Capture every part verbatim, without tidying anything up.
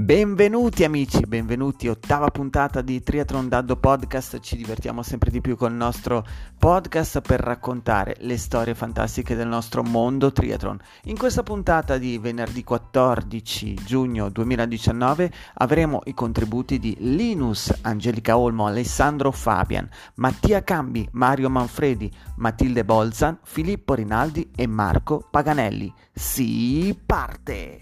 Benvenuti amici, benvenuti, ottava puntata di Triathlon Daddo Podcast. Ci divertiamo sempre di più col nostro podcast per raccontare le storie fantastiche del nostro mondo triathlon. In questa puntata di venerdì quattordici giugno duemiladiciannove avremo i contributi di Linus, Angelica Olmo, Alessandro Fabian, Mattia Cambi, Mario Manfredi, Matilde Bolzan, Filippo Rinaldi e Marco Paganelli. Si parte!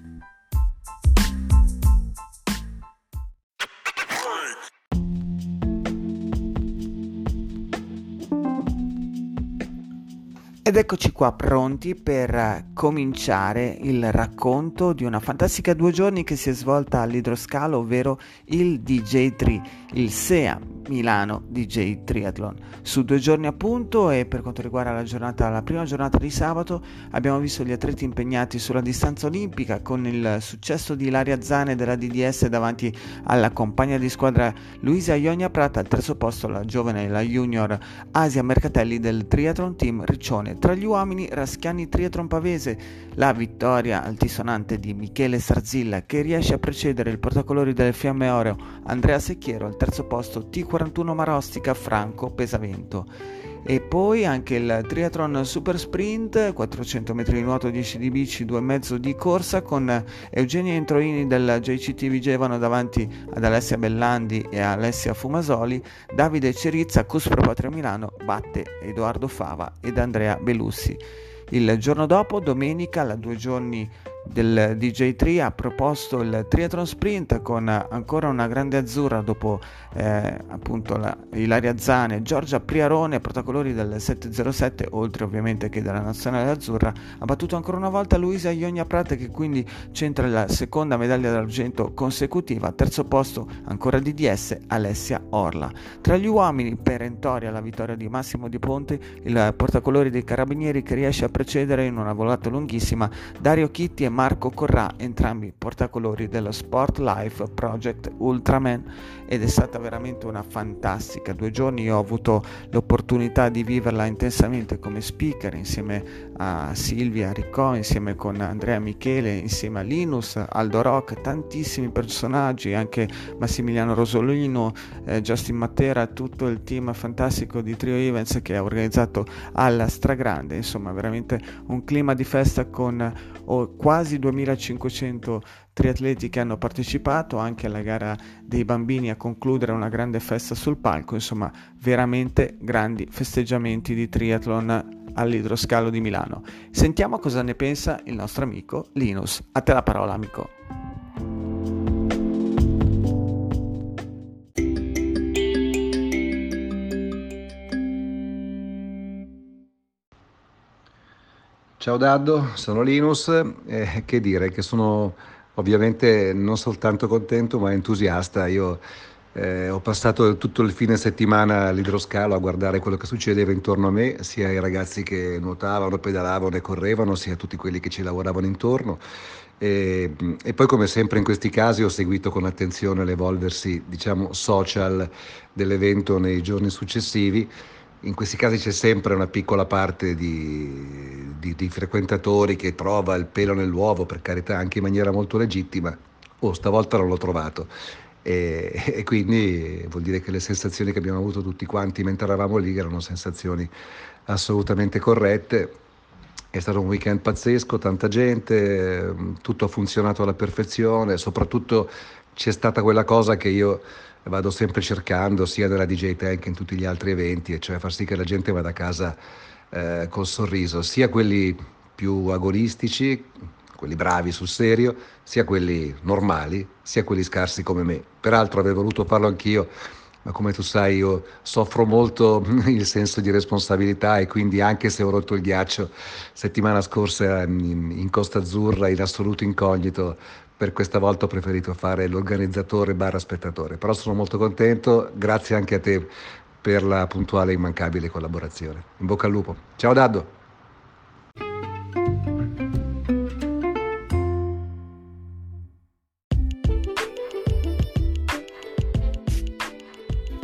Ed eccoci qua pronti per cominciare il racconto di una fantastica due giorni che si è svolta all'idroscalo, ovvero il D J tre, il SEA Milano D J Triathlon. Su due giorni appunto, e per quanto riguarda la giornata, la prima giornata di sabato, abbiamo visto gli atleti impegnati sulla distanza olimpica con il successo di Ilaria Zane della D D S davanti alla compagna di squadra Luisa Ionia Prata, al terzo posto la giovane, la junior Asia Mercatelli del Triathlon Team Riccione. Tra gli uomini, Raschiani Triathlon Pavese, la vittoria altisonante di Michele Sarzilla che riesce a precedere il portacolori delle Fiamme Oreo Andrea Secchiero, al terzo posto T quarantuno Marostica Franco Pesavento. E poi anche il triathlon super sprint, quattrocento metri di nuoto, dieci di bici, due e mezzo di corsa, con Eugenio Introini del J C T Vigevano davanti ad Alessia Bellandi e Alessia Fumasoli. Davide Cerizza, Cuspro Patria Milano, batte Edoardo Fava ed Andrea Belussi. Il giorno dopo, domenica, alla due giorni del D J tre, ha proposto il triathlon sprint con ancora una grande azzurra dopo eh, appunto la Ilaria Zane, Giorgia Priarone, portacolori del sette zero sette, oltre ovviamente che della nazionale azzurra. Ha battuto ancora una volta Luisa Ionia Prata, che quindi centra la seconda medaglia d'argento consecutiva. Terzo posto ancora D D S Alessia Orla. Tra gli uomini, perentoria la vittoria di Massimo Di Ponte, il portacolori dei Carabinieri, che riesce a precedere in una volata lunghissima Dario Chitti e Marco Corrà, entrambi portacolori dello Sport Life Project Ultraman. Ed è stata veramente una fantastica due giorni. Io ho avuto l'opportunità di viverla intensamente come speaker insieme a Silvia Riccò, insieme con Andrea Michele, insieme a Linus, Aldo Rock, tantissimi personaggi, anche Massimiliano Rosolino, eh, Justin Matera, tutto il team fantastico di Trio Events che ha organizzato alla stragrande. Insomma, veramente un clima di festa con oh, quasi duemilacinquecento triatleti che hanno partecipato, anche alla gara dei bambini a concludere una grande festa sul palco. Insomma, veramente grandi festeggiamenti di triathlon all'idroscalo di Milano. Sentiamo cosa ne pensa il nostro amico Linus. A te la parola, amico. Ciao Daddo, sono Linus, eh, che dire, che sono ovviamente non soltanto contento ma entusiasta. Io eh, ho passato tutto il fine settimana all'idroscalo a guardare quello che succedeva intorno a me, sia i ragazzi che nuotavano, pedalavano e correvano, sia tutti quelli che ci lavoravano intorno. E, e poi, come sempre in questi casi, ho seguito con attenzione l'evolversi, diciamo, social dell'evento nei giorni successivi. In questi casi c'è sempre una piccola parte di, di, di frequentatori che trova il pelo nell'uovo, per carità, anche in maniera molto legittima. Oh, stavolta non l'ho trovato. E, e quindi vuol dire che le sensazioni che abbiamo avuto tutti quanti mentre eravamo lì erano sensazioni assolutamente corrette. È stato un weekend pazzesco, tanta gente, tutto ha funzionato alla perfezione, soprattutto c'è stata quella cosa che io vado sempre cercando sia nella D J Tank che in tutti gli altri eventi, e cioè far sì che la gente vada a casa eh, col sorriso, sia quelli più agonistici, quelli bravi sul serio, sia quelli normali, sia quelli scarsi come me. Peraltro avrei voluto farlo anch'io, ma come tu sai io soffro molto il senso di responsabilità, e quindi, anche se ho rotto il ghiaccio settimana scorsa in, in Costa Azzurra in assoluto incognito, per questa volta ho preferito fare l'organizzatore barra spettatore. Però sono molto contento, grazie anche a te per la puntuale e immancabile collaborazione. In bocca al lupo. Ciao Daddo! E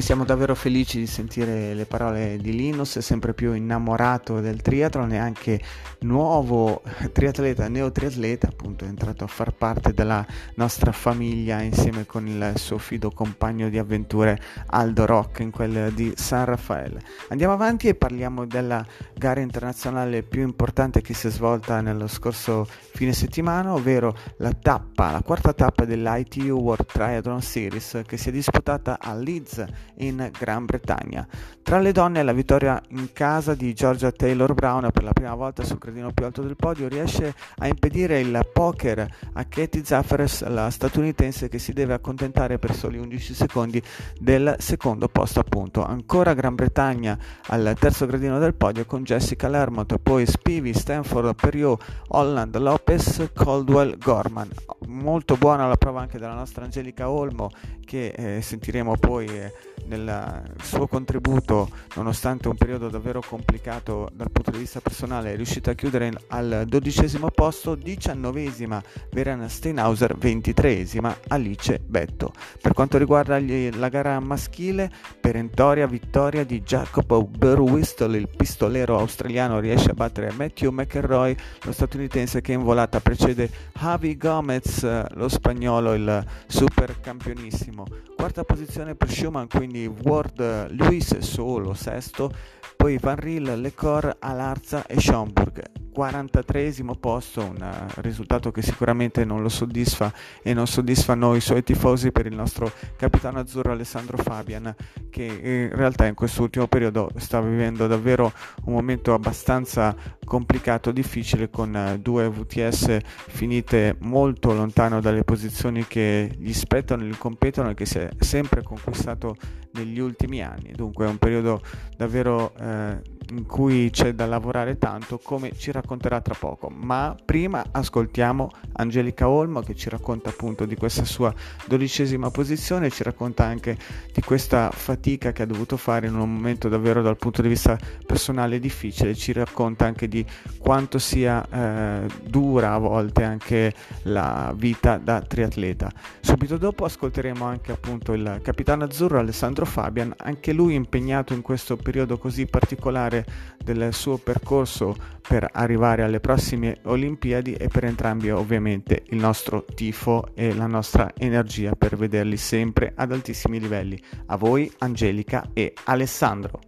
Siamo davvero felici di sentire le parole di Linus, è sempre più innamorato del triathlon e anche nuovo triatleta, neotriatleta, appunto è entrato a far parte della nostra famiglia insieme con il suo fido compagno di avventure Aldo Rock in quella di San Raffaele. Andiamo avanti e parliamo della gara internazionale più importante che si è svolta nello scorso fine settimana, ovvero la tappa, la quarta tappa dell'I T U World Triathlon Series che si è disputata a Leeds in Gran Bretagna. Tra le donne la vittoria in casa di Georgia Taylor Brown per la prima volta sul gradino più alto del podio riesce a impedire il poker a Katie Zaferes, la statunitense che si deve accontentare per soli undici secondi del secondo posto appunto. Ancora Gran Bretagna al terzo gradino del podio con Jessica Lermont, poi Spivey, Stanford, Perriot, Holland, Lopez, Caldwell, Gorman. Molto buona la prova anche della nostra Angelica Olmo che eh, sentiremo poi eh, nel suo contributo, nonostante un periodo davvero complicato dal punto di vista personale, è riuscita a chiudere al dodicesimo posto, diciannovesima Verena Steinhauser, ventitreesima Alice Betto. Per quanto riguarda gli, la gara maschile, perentoria vittoria di Jacob Burwistl, il pistolero australiano riesce a battere Matthew McElroy, lo statunitense che in volata precede Javi Gomez, lo spagnolo, il super campionissimo. Quarta posizione per Schumann, quindi Ward, Lewis solo sesto, poi Van Riel, Lecor, Alarza e Schomburg. quarantatreesimo posto, un risultato che sicuramente non lo soddisfa e non soddisfa noi suoi tifosi per il nostro capitano azzurro Alessandro Fabian, che in realtà in quest'ultimo periodo sta vivendo davvero un momento abbastanza complicato, difficile, con due V T S finite molto lontano dalle posizioni che gli spettano, gli competono e che si è sempre conquistato negli ultimi anni. Dunque è un periodo davvero eh, in cui c'è da lavorare tanto, come ci racconterà tra poco. Ma prima ascoltiamo Angelica Olmo che ci racconta appunto di questa sua dodicesima posizione, ci racconta anche di questa fatica che ha dovuto fare in un momento davvero dal punto di vista personale difficile, ci racconta anche di quanto sia eh, dura a volte anche la vita da triatleta. Subito dopo ascolteremo anche appunto il capitano azzurro Alessandro Fabian, anche lui impegnato in questo periodo così particolare del suo percorso per arrivare alle prossime Olimpiadi, e per entrambi ovviamente il nostro tifo e la nostra energia per vederli sempre ad altissimi livelli. A voi Angelica e Alessandro.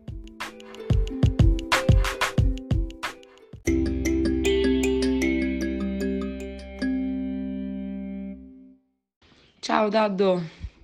Ciao Daddo,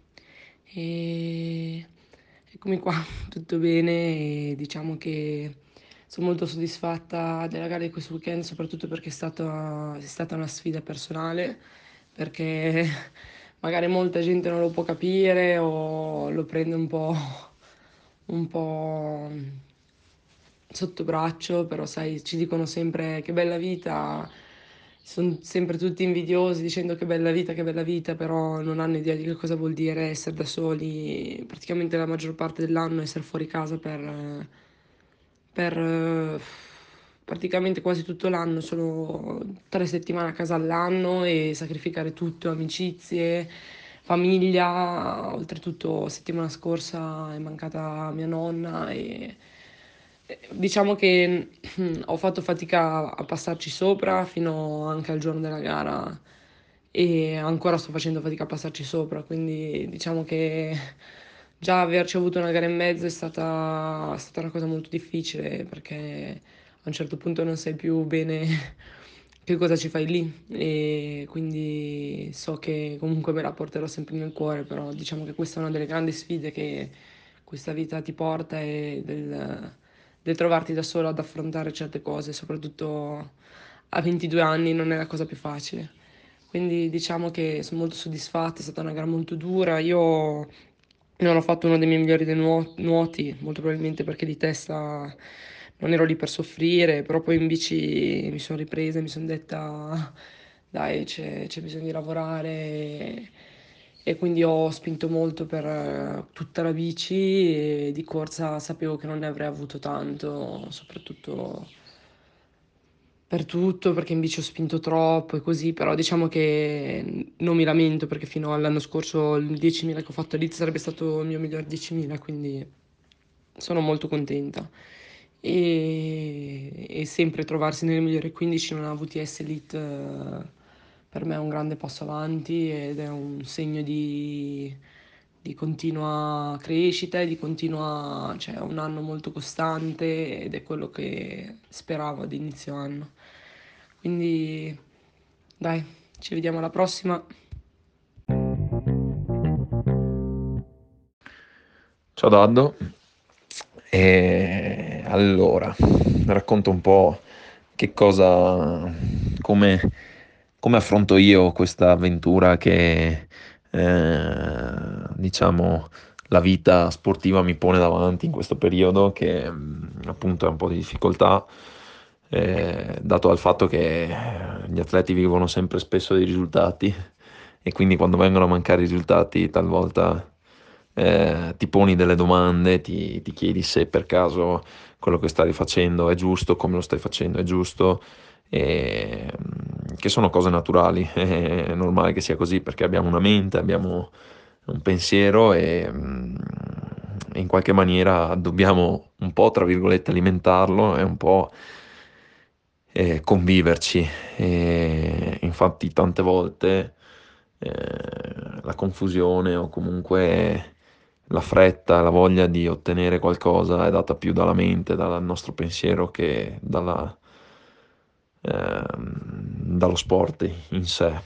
e... eccomi qua, tutto bene, e diciamo che sono molto soddisfatta della gara di questo weekend, soprattutto perché è stata, è stata una sfida personale, perché magari molta gente non lo può capire o lo prende un po', un po' sotto braccio, però sai, ci dicono sempre che bella vita, sono sempre tutti invidiosi dicendo che bella vita, che bella vita, però non hanno idea di che cosa vuol dire essere da soli praticamente la maggior parte dell'anno, essere fuori casa per, per eh, praticamente quasi tutto l'anno, solo tre settimane a casa all'anno e sacrificare tutto, amicizie, famiglia. Oltretutto settimana scorsa è mancata mia nonna e eh, diciamo che ho fatto fatica a passarci sopra fino anche al giorno della gara e ancora sto facendo fatica a passarci sopra, quindi diciamo che già averci avuto una gara e mezzo è stata, è stata una cosa molto difficile, perché a un certo punto non sai più bene che cosa ci fai lì, e quindi so che comunque me la porterò sempre nel cuore, però diciamo che questa è una delle grandi sfide che questa vita ti porta, e del, del trovarti da solo ad affrontare certe cose, soprattutto a ventidue anni non è la cosa più facile. Quindi diciamo che sono molto soddisfatta, è stata una gara molto dura. Io non ho fatto uno dei miei migliori dei nuo- nuoti, molto probabilmente perché di testa non ero lì per soffrire, però poi in bici mi sono ripresa e mi sono detta dai, c'è c'è bisogno di lavorare, e, e quindi ho spinto molto per eh, tutta la bici, e di corsa sapevo che non ne avrei avuto tanto, soprattutto per tutto, perché in bici ho spinto troppo e così, però diciamo che non mi lamento perché fino all'anno scorso il diecimila che ho fatto lì sarebbe stato il mio miglior diecimila, quindi sono molto contenta. E, e sempre trovarsi nelle migliori quindici in una V T S Elite eh, per me è un grande passo avanti ed è un segno di, di continua crescita e di continua, cioè un anno molto costante ed è quello che speravo ad inizio anno. Quindi dai, ci vediamo alla prossima. Ciao Daddo, e allora racconto un po' che cosa, come, come affronto io questa avventura che eh, diciamo la vita sportiva mi pone davanti in questo periodo che mh, appunto è un po' di difficoltà, eh, dato dal fatto che gli atleti vivono sempre spesso dei risultati e quindi quando vengono a mancare i risultati talvolta eh, ti poni delle domande, ti, ti chiedi se per caso quello che stai facendo è giusto, come lo stai facendo è giusto, e, mm, che sono cose naturali, è normale che sia così perché abbiamo una mente, abbiamo un pensiero e mm, in qualche maniera dobbiamo un po', tra virgolette, alimentarlo e un po' eh, conviverci. E infatti tante volte eh, la confusione o comunque la fretta, la voglia di ottenere qualcosa è data più dalla mente, dal nostro pensiero che dalla, ehm, dallo sport in sé.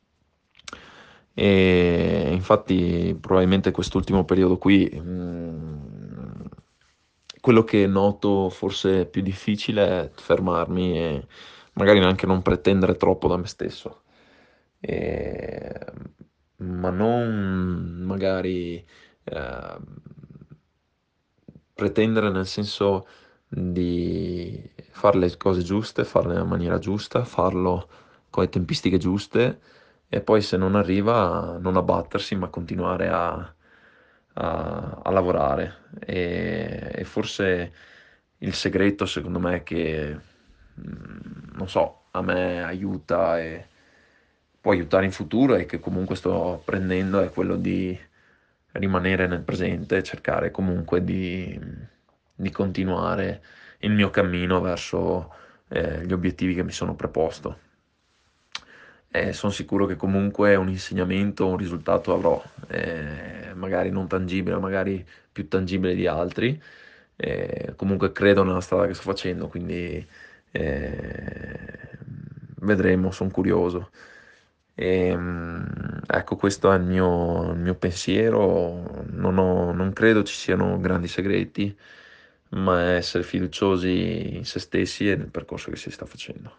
E infatti probabilmente quest'ultimo periodo qui, mh, quello che noto forse più difficile è fermarmi e magari neanche non pretendere troppo da me stesso. E- ma non magari eh, pretendere nel senso di fare le cose giuste, farle nella maniera giusta, farlo con le tempistiche giuste e poi se non arriva non abbattersi ma continuare a, a- a lavorare. E, e forse il segreto secondo me che, mm, non so, a me aiuta e può aiutare in futuro e che comunque sto prendendo è quello di rimanere nel presente e cercare comunque di, di continuare il mio cammino verso eh, gli obiettivi che mi sono preposto. E sono sicuro che comunque un insegnamento, un risultato avrò, eh, magari non tangibile, magari più tangibile di altri. Eh, comunque credo nella strada che sto facendo, quindi eh, vedremo, sono curioso. E, mm, ecco, questo è il mio, il mio pensiero. Non ho- non credo ci siano grandi segreti, ma è essere fiduciosi in se stessi e nel percorso che si sta facendo.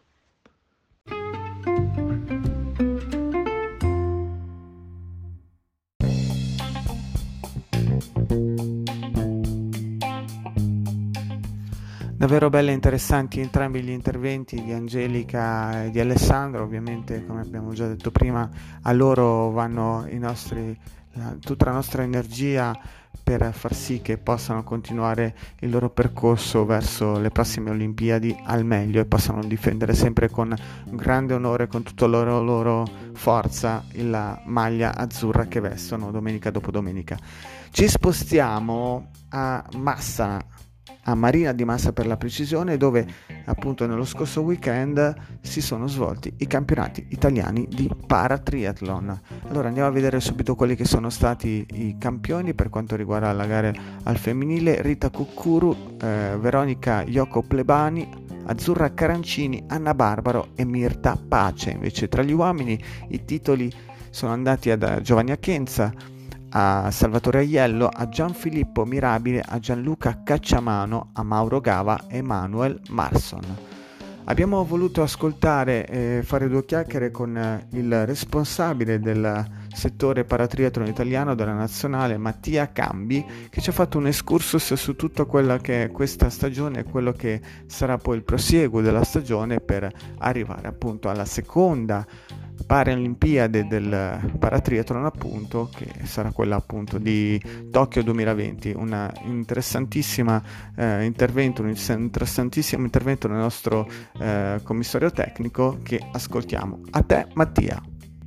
Davvero belli e interessanti entrambi gli interventi di Angelica e di Alessandro. Ovviamente, come abbiamo già detto prima, a loro vanno i nostri, la- tutta la nostra energia per far sì che possano continuare il loro percorso verso le prossime Olimpiadi al meglio e possano difendere sempre con grande onore, con tutta la loro, loro forza, la maglia azzurra che vestono domenica dopo domenica. Ci spostiamo a Massa, a Marina di Massa per la precisione, dove appunto nello scorso weekend si sono svolti i campionati italiani di paratriathlon. Allora andiamo a vedere subito quelli che sono stati i campioni per quanto riguarda la gara al femminile: Rita Cuccuru, eh, Veronica Iocco Plebani, Azzurra Carancini, Anna Barbaro e Mirta Pace. Invece tra gli uomini i titoli sono andati a Giovanni Achenza, a Salvatore Aiello, a Gianfilippo Mirabile, a Gianluca Cacciamano, a Mauro Gava e Manuel Marson. Abbiamo voluto ascoltare e fare due chiacchiere con eh, il responsabile del settore paratriathlon italiano della nazionale, Mattia Cambi, che ci ha fatto un excursus su tutta quella che è questa stagione e quello che sarà poi il prosieguo della stagione per arrivare appunto alla seconda Paralimpiade del paratriathlon, appunto, che sarà quella appunto di Tokyo duemilaventi. Una interessantissima eh, intervento, un interessantissimo intervento del nostro eh, commissario tecnico, che ascoltiamo. A te, Mattia.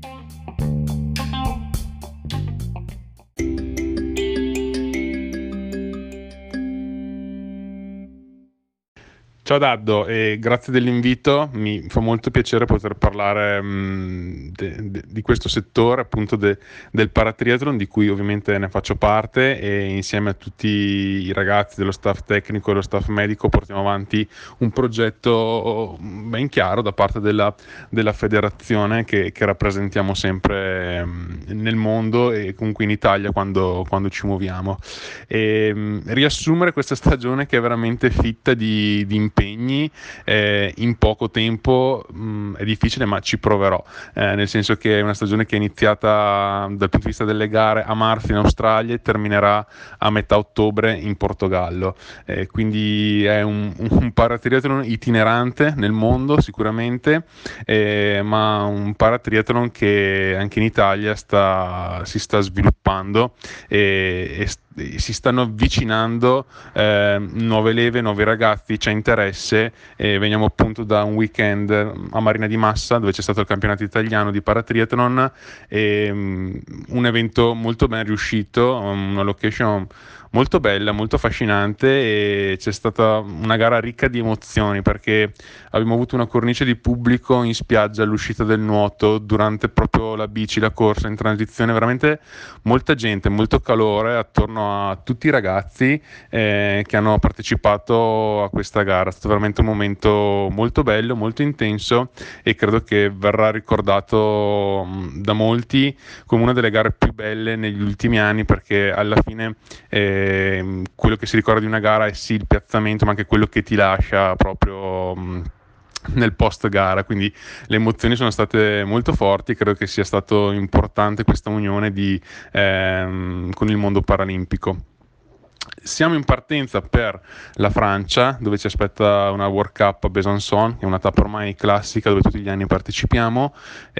Ciao Daddo, e grazie dell'invito, mi fa molto piacere poter parlare mh, de, de, di questo settore, appunto de, del paratriathlon, di cui ovviamente ne faccio parte, e insieme a tutti i ragazzi dello staff tecnico e dello staff medico portiamo avanti un progetto ben chiaro da parte della, della federazione che, che rappresentiamo sempre mh, nel mondo e comunque in Italia quando, quando ci muoviamo. E, mh, riassumere questa stagione che è veramente fitta di, di impegni eh, in poco tempo mh, è difficile, ma ci proverò, eh, nel senso che è una stagione che è iniziata dal punto di vista delle gare a marzo in Australia e terminerà a metà ottobre in Portogallo, eh, quindi è un, un paratriathlon itinerante nel mondo sicuramente, eh, ma un paratriathlon che anche in Italia sta, si sta sviluppando e, e si stanno avvicinando eh, nuove leve, nuovi ragazzi, c'è interesse, e veniamo appunto da un weekend a Marina di Massa dove c'è stato il campionato italiano di paratriathlon, e, um, un evento molto ben riuscito, una location molto bella, molto affascinante, e c'è stata una gara ricca di emozioni perché abbiamo avuto una cornice di pubblico in spiaggia all'uscita del nuoto, durante proprio la bici, la corsa in transizione, veramente molta gente, molto calore attorno a tutti i ragazzi eh, che hanno partecipato a questa gara. È stato veramente un momento molto bello, molto intenso, e credo che verrà ricordato mh, da molti come una delle gare più belle negli ultimi anni, perché alla fine eh, quello che si ricorda di una gara è sì il piazzamento, ma anche quello che ti lascia proprio mh, nel post gara, quindi le emozioni sono state molto forti. Credo che sia stato importante questa unione di, ehm, con il mondo paralimpico. Siamo in partenza per la Francia, dove ci aspetta una World Cup a Besançon, che è una tappa ormai classica dove tutti gli anni partecipiamo,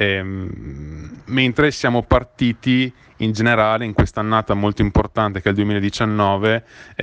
ehm, mentre siamo partiti in generale in questa annata molto importante che è il duemiladiciannove,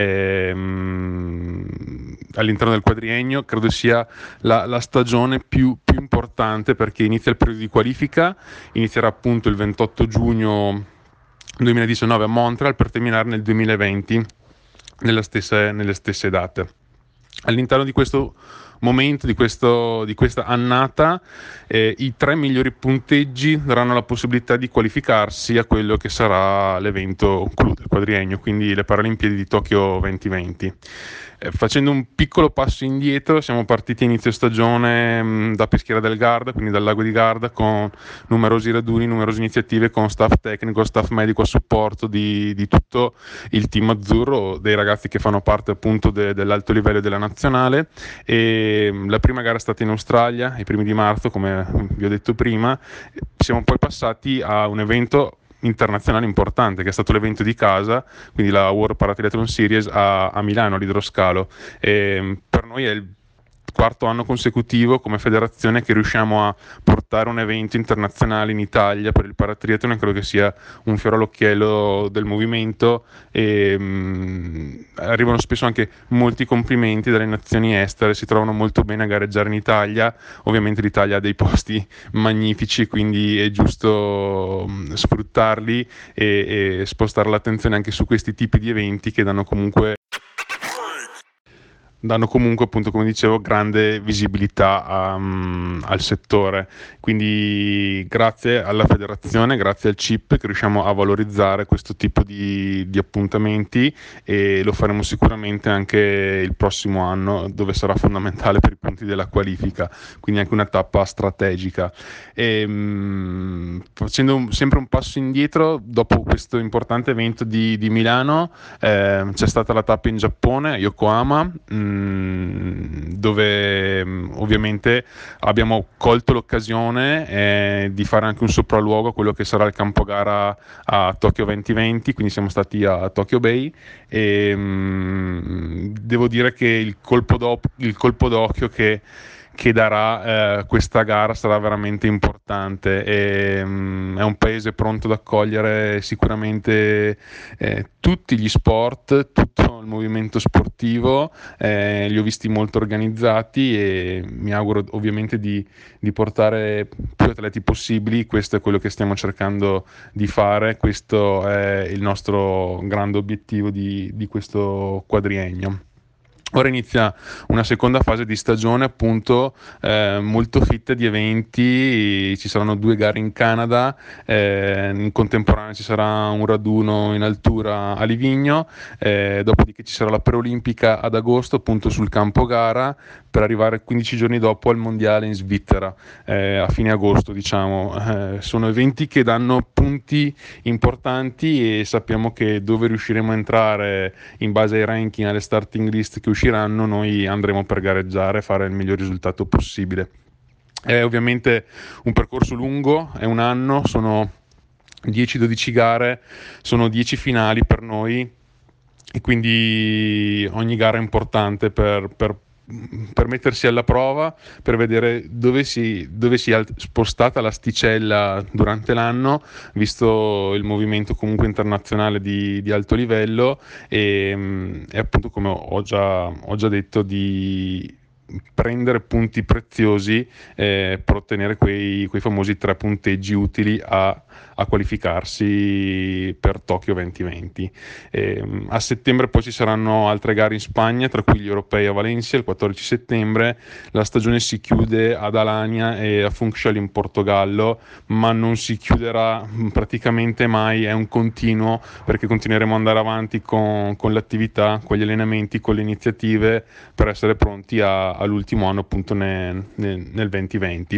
ehm, all'interno del quadriennio. Credo sia la, la stagione più, più importante, perché inizia il periodo di qualifica, inizierà appunto il ventotto giugno duemiladiciannove a Montreal per terminare nel duemilaventi nelle stesse, nelle stesse date. All'interno di questo momento, di, questo, di questa annata, eh, i tre migliori punteggi daranno la possibilità di qualificarsi a quello che sarà l'evento clou del quadriennio, quindi le Paralimpiadi di Tokyo duemilaventi. Eh, facendo un piccolo passo indietro, siamo partiti a inizio stagione mh, da Peschiera del Garda, quindi dal lago di Garda, con numerosi raduni, numerose iniziative, con staff tecnico, staff medico a supporto di, di tutto il team azzurro, dei ragazzi che fanno parte appunto de, dell'alto livello della nazionale. E mh, la prima gara è stata in Australia, ai primi di marzo, come vi ho detto prima. Siamo poi passati a un evento internazionale importante, che è stato l'evento di casa, quindi la World Paratriathlon Series a, a Milano, all'Idroscalo. E per noi è il quarto anno consecutivo come federazione che riusciamo a portare un evento internazionale in Italia per il paratriathlon. Credo che sia un fiore all'occhiello del movimento, e mh, arrivano spesso anche molti complimenti dalle nazioni estere, si trovano molto bene a gareggiare in Italia. Ovviamente l'Italia ha dei posti magnifici, quindi è giusto mh, sfruttarli e, e spostare l'attenzione anche su questi tipi di eventi che danno comunque danno comunque appunto, come dicevo, grande visibilità um, al settore. Quindi grazie alla federazione, grazie al C I P, che riusciamo a valorizzare questo tipo di, di appuntamenti, e lo faremo sicuramente anche il prossimo anno, dove sarà fondamentale per i punti della qualifica, quindi anche una tappa strategica. E, um, facendo un, sempre un passo indietro, dopo questo importante evento di, di Milano, eh, c'è stata la tappa in Giappone, a Yokohama, mh, dove ovviamente abbiamo colto l'occasione eh, di fare anche un sopralluogo a quello che sarà il campo gara a Tokyo duemilaventi, quindi siamo stati a Tokyo Bay, e mh, devo dire che il colpo, do- il colpo d'occhio che che darà eh, questa gara sarà veramente importante. E, um, è un paese pronto ad accogliere sicuramente eh, tutti gli sport, tutto il movimento sportivo, eh, li ho visti molto organizzati e mi auguro ovviamente di, di portare più atleti possibili. Questo è quello che stiamo cercando di fare, questo è il nostro grande obiettivo di, di questo quadriennio. Ora inizia una seconda fase di stagione appunto eh, molto fitta di eventi, ci saranno due gare in Canada, eh, in contemporanea ci sarà un raduno in altura a Livigno, eh, dopodiché ci sarà la preolimpica ad agosto appunto sul campo gara per arrivare quindici giorni dopo al mondiale in Svizzera, eh, a fine agosto diciamo. Eh, sono eventi che danno punti importanti e sappiamo che dove riusciremo a entrare in base ai ranking, alle starting list che usciranno, noi andremo per gareggiare e fare il miglior risultato possibile. È ovviamente un percorso lungo, è un anno, sono dieci dodici gare, sono dieci finali per noi e quindi ogni gara è importante per, per per mettersi alla prova, per vedere dove si, dove si è spostata l'asticella durante l'anno, visto il movimento comunque internazionale di, di alto livello e, e appunto, come ho già, ho già detto, di prendere punti preziosi eh, per ottenere quei, quei famosi tre punteggi utili a, a qualificarsi per Tokyo duemilaventi. Eh, a settembre poi ci saranno altre gare in Spagna, tra cui gli europei a Valencia il quattordici settembre. La stagione si chiude ad Alanya e a Funchal in Portogallo, ma non si chiuderà praticamente mai, è un continuo, perché continueremo ad andare avanti con, con l'attività, con gli allenamenti, con le iniziative per essere pronti a all'ultimo anno appunto nel, nel, nel duemilaventi.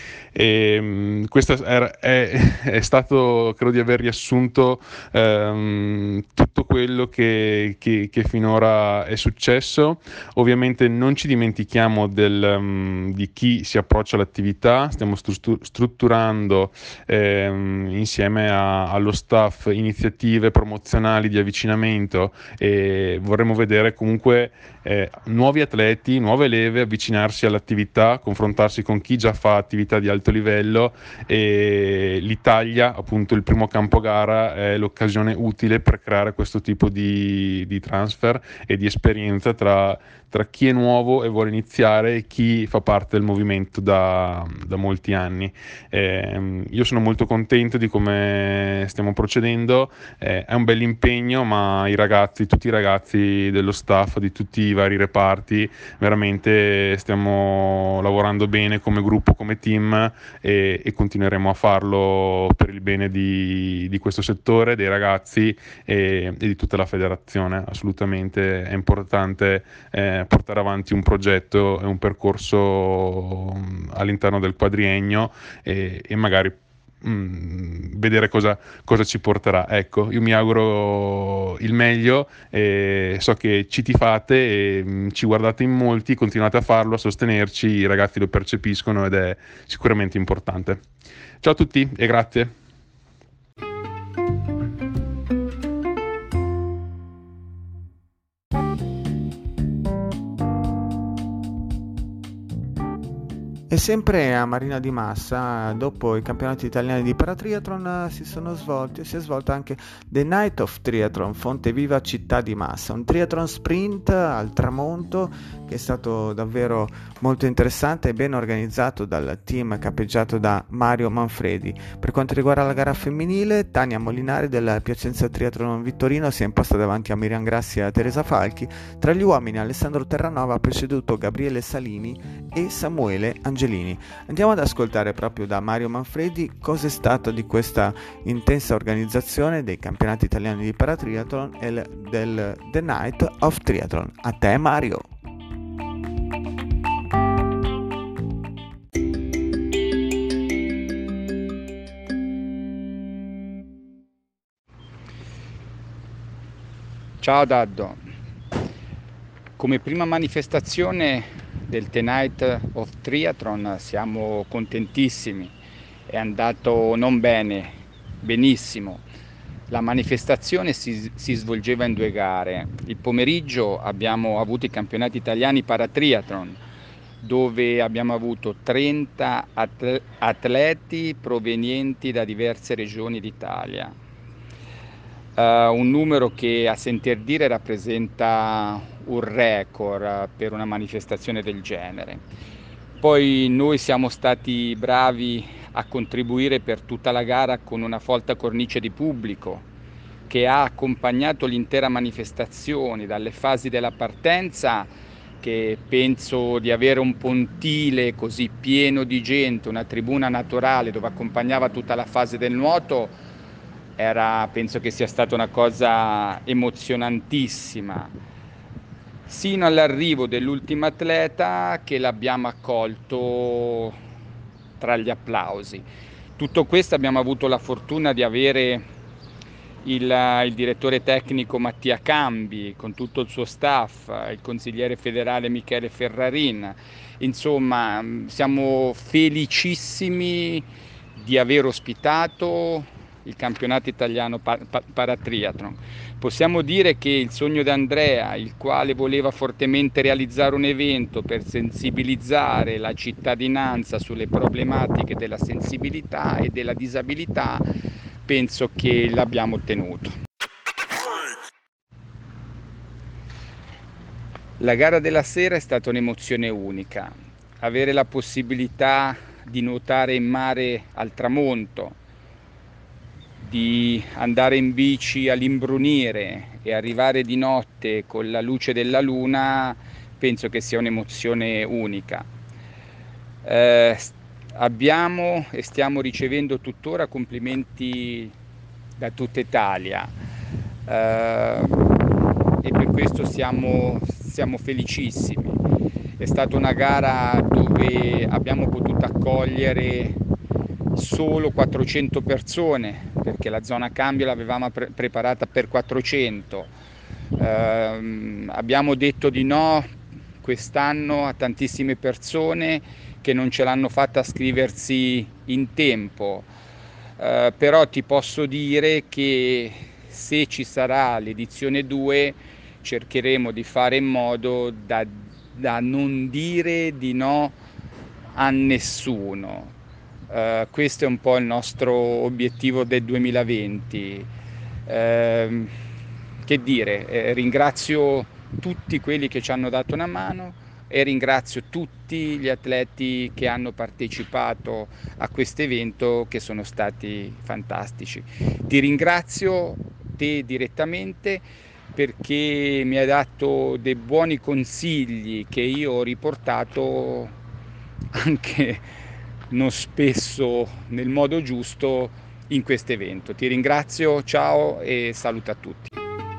E, questo è, è, è stato, credo di aver riassunto ehm, tutto quello che, che, che finora è successo. Ovviamente non ci dimentichiamo del, um, di chi si approccia all'attività, stiamo stru- strutturando ehm, insieme a, allo staff iniziative promozionali di avvicinamento e vorremmo vedere comunque eh, nuovi atleti, nuove leve avvicinarsi all'attività, confrontarsi con chi già fa attività di alto livello, e l'Italia, appunto il primo campo gara, è l'occasione utile per creare questo tipo di, di transfer e di esperienza tra, tra chi è nuovo e vuole iniziare e chi fa parte del movimento da, da molti anni. Eh, io sono molto contento di come stiamo procedendo, eh, è un bel impegno, ma i ragazzi, tutti i ragazzi dello staff, di tutti i vari reparti, veramente stiamo lavorando bene come gruppo, come team, e, e continueremo a farlo per il bene di, di questo settore, dei ragazzi e, e di tutta la federazione. Assolutamente è importante eh, portare avanti un progetto e un percorso all'interno del quadriennio e, e magari Mm, vedere cosa, cosa ci porterà. Ecco, io mi auguro il meglio e so che ci tifate e mm, ci guardate in molti, continuate a farlo, a sostenerci, i ragazzi lo percepiscono ed è sicuramente importante. Ciao a tutti e grazie. E sempre a Marina di Massa, dopo i campionati italiani di paratriathlon, si sono svolti, si è svolto anche The Night of Triathlon Fonteviva Città di Massa, un triathlon sprint al tramonto che è stato davvero molto interessante e ben organizzato dal team capeggiato da Mario Manfredi. Per quanto riguarda la gara femminile, Tania Molinari del Piacenza Triathlon Vittorino si è imposta davanti a Miriam Grassi e a Teresa Falchi. Tra gli uomini Alessandro Terranova ha preceduto Gabriele Salini e Samuele Angelini. Andiamo ad ascoltare proprio da Mario Manfredi cosa è stato di questa intensa organizzazione dei campionati italiani di paratriathlon e del The Night of Triathlon. A te Mario! Ciao Daddo, come prima manifestazione del The Night of Triathlon siamo contentissimi, è andato non bene, benissimo. La manifestazione si, si svolgeva in due gare. Il pomeriggio abbiamo avuto i campionati italiani paratriathlon, dove abbiamo avuto trenta atleti provenienti da diverse regioni d'Italia. Uh, un numero che a sentir dire rappresenta un record per una manifestazione del genere. Poi noi siamo stati bravi a contribuire per tutta la gara con una folta cornice di pubblico che ha accompagnato l'intera manifestazione dalle fasi della partenza, che penso di avere un pontile così pieno di gente, una tribuna naturale dove accompagnava tutta la fase del nuoto, era, penso che sia stata una cosa emozionantissima, sino all'arrivo dell'ultimo atleta che l'abbiamo accolto tra gli applausi. Tutto questo abbiamo avuto la fortuna di avere il, il direttore tecnico Mattia Cambi con tutto il suo staff, il consigliere federale Michele Ferrarin. Insomma, siamo felicissimi di aver ospitato il campionato italiano pa- pa- paratriathlon. Possiamo dire che il sogno di Andrea, il quale voleva fortemente realizzare un evento per sensibilizzare la cittadinanza sulle problematiche della sensibilità e della disabilità, penso che l'abbiamo ottenuto. La gara della sera è stata un'emozione unica. Avere la possibilità di nuotare in mare al tramonto, di andare in bici all'imbrunire e arrivare di notte con la luce della luna, penso che sia un'emozione unica. Eh, abbiamo e stiamo ricevendo tuttora complimenti da tutta Italia eh, e per questo siamo, siamo felicissimi. È stata una gara dove abbiamo potuto accogliere solo quattrocento persone, perché la zona cambio l'avevamo pre- preparata per quattrocento. Eh, abbiamo detto di no quest'anno a tantissime persone che non ce l'hanno fatta scriversi in tempo, eh, però ti posso dire che se ci sarà l'edizione due cercheremo di fare in modo da, da non dire di no a nessuno. Uh, questo è un po' il nostro obiettivo del duemilaventi. Uh, che dire, eh, ringrazio tutti quelli che ci hanno dato una mano e ringrazio tutti gli atleti che hanno partecipato a questo evento, che sono stati fantastici. Ti ringrazio te direttamente perché mi hai dato dei buoni consigli che io ho riportato anche non spesso nel modo giusto in questo evento. Ti ringrazio, ciao e saluto a tutti.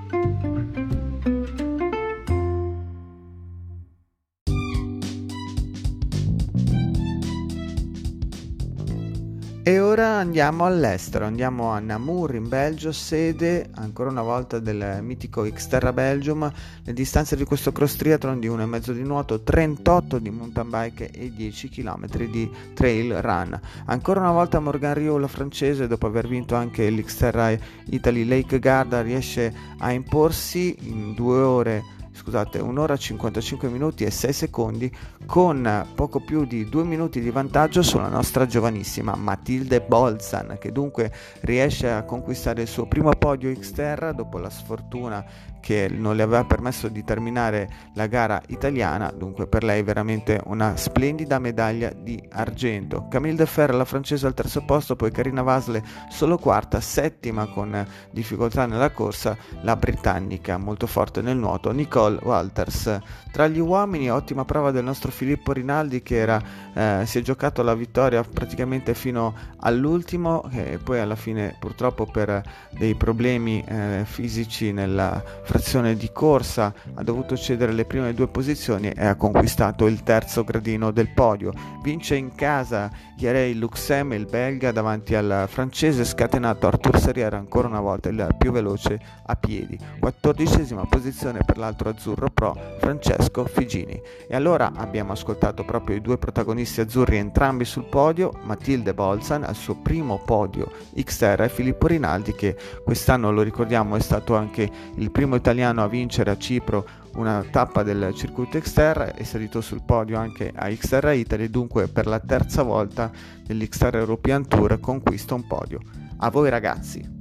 E ora andiamo all'estero, andiamo a Namur in Belgio, sede ancora una volta del mitico Xterra Belgium. Le distanze di questo cross triathlon di uno e mezzo di nuoto, trentotto di mountain bike e dieci chilometri di trail run. Ancora una volta Morgan Riou, la francese, dopo aver vinto anche l'Xterra Italy Lake Garda, riesce a imporsi in due ore scusate, un'ora cinquantacinque minuti e sei secondi, con poco più di due minuti di vantaggio sulla nostra giovanissima Mathilde Bolzan, che dunque riesce a conquistare il suo primo podio Xterra dopo la sfortuna che non le aveva permesso di terminare la gara italiana. Dunque per lei veramente una splendida medaglia di argento. Camille Defer, la francese, al terzo posto, poi Karina Vasle solo quarta, settima con difficoltà nella corsa la britannica molto forte nel nuoto Nicole Walters. Tra gli uomini ottima prova del nostro Filippo Rinaldi, che era, eh, si è giocato la vittoria praticamente fino all'ultimo, e poi alla fine purtroppo per dei problemi eh, fisici nella frazione di corsa ha dovuto cedere le prime due posizioni e ha conquistato il terzo gradino del podio. Vince in casa Yarey Luxem, il belga, davanti al francese scatenato Arthur Serrière, ancora una volta il più veloce a piedi. quattordicesima posizione per l'altro azzurro pro Francesco Figini. E allora abbiamo ascoltato proprio i due protagonisti azzurri, entrambi sul podio, Mathilde Bolzan al suo primo podio Xterra e Filippo Rinaldi, che quest'anno, lo ricordiamo, è stato anche il primo italiano a vincere a Cipro una tappa del circuito Xterra, è salito sul podio anche a Xterra Italy, dunque per la terza volta nell'Xterra European Tour conquista un podio. A voi ragazzi!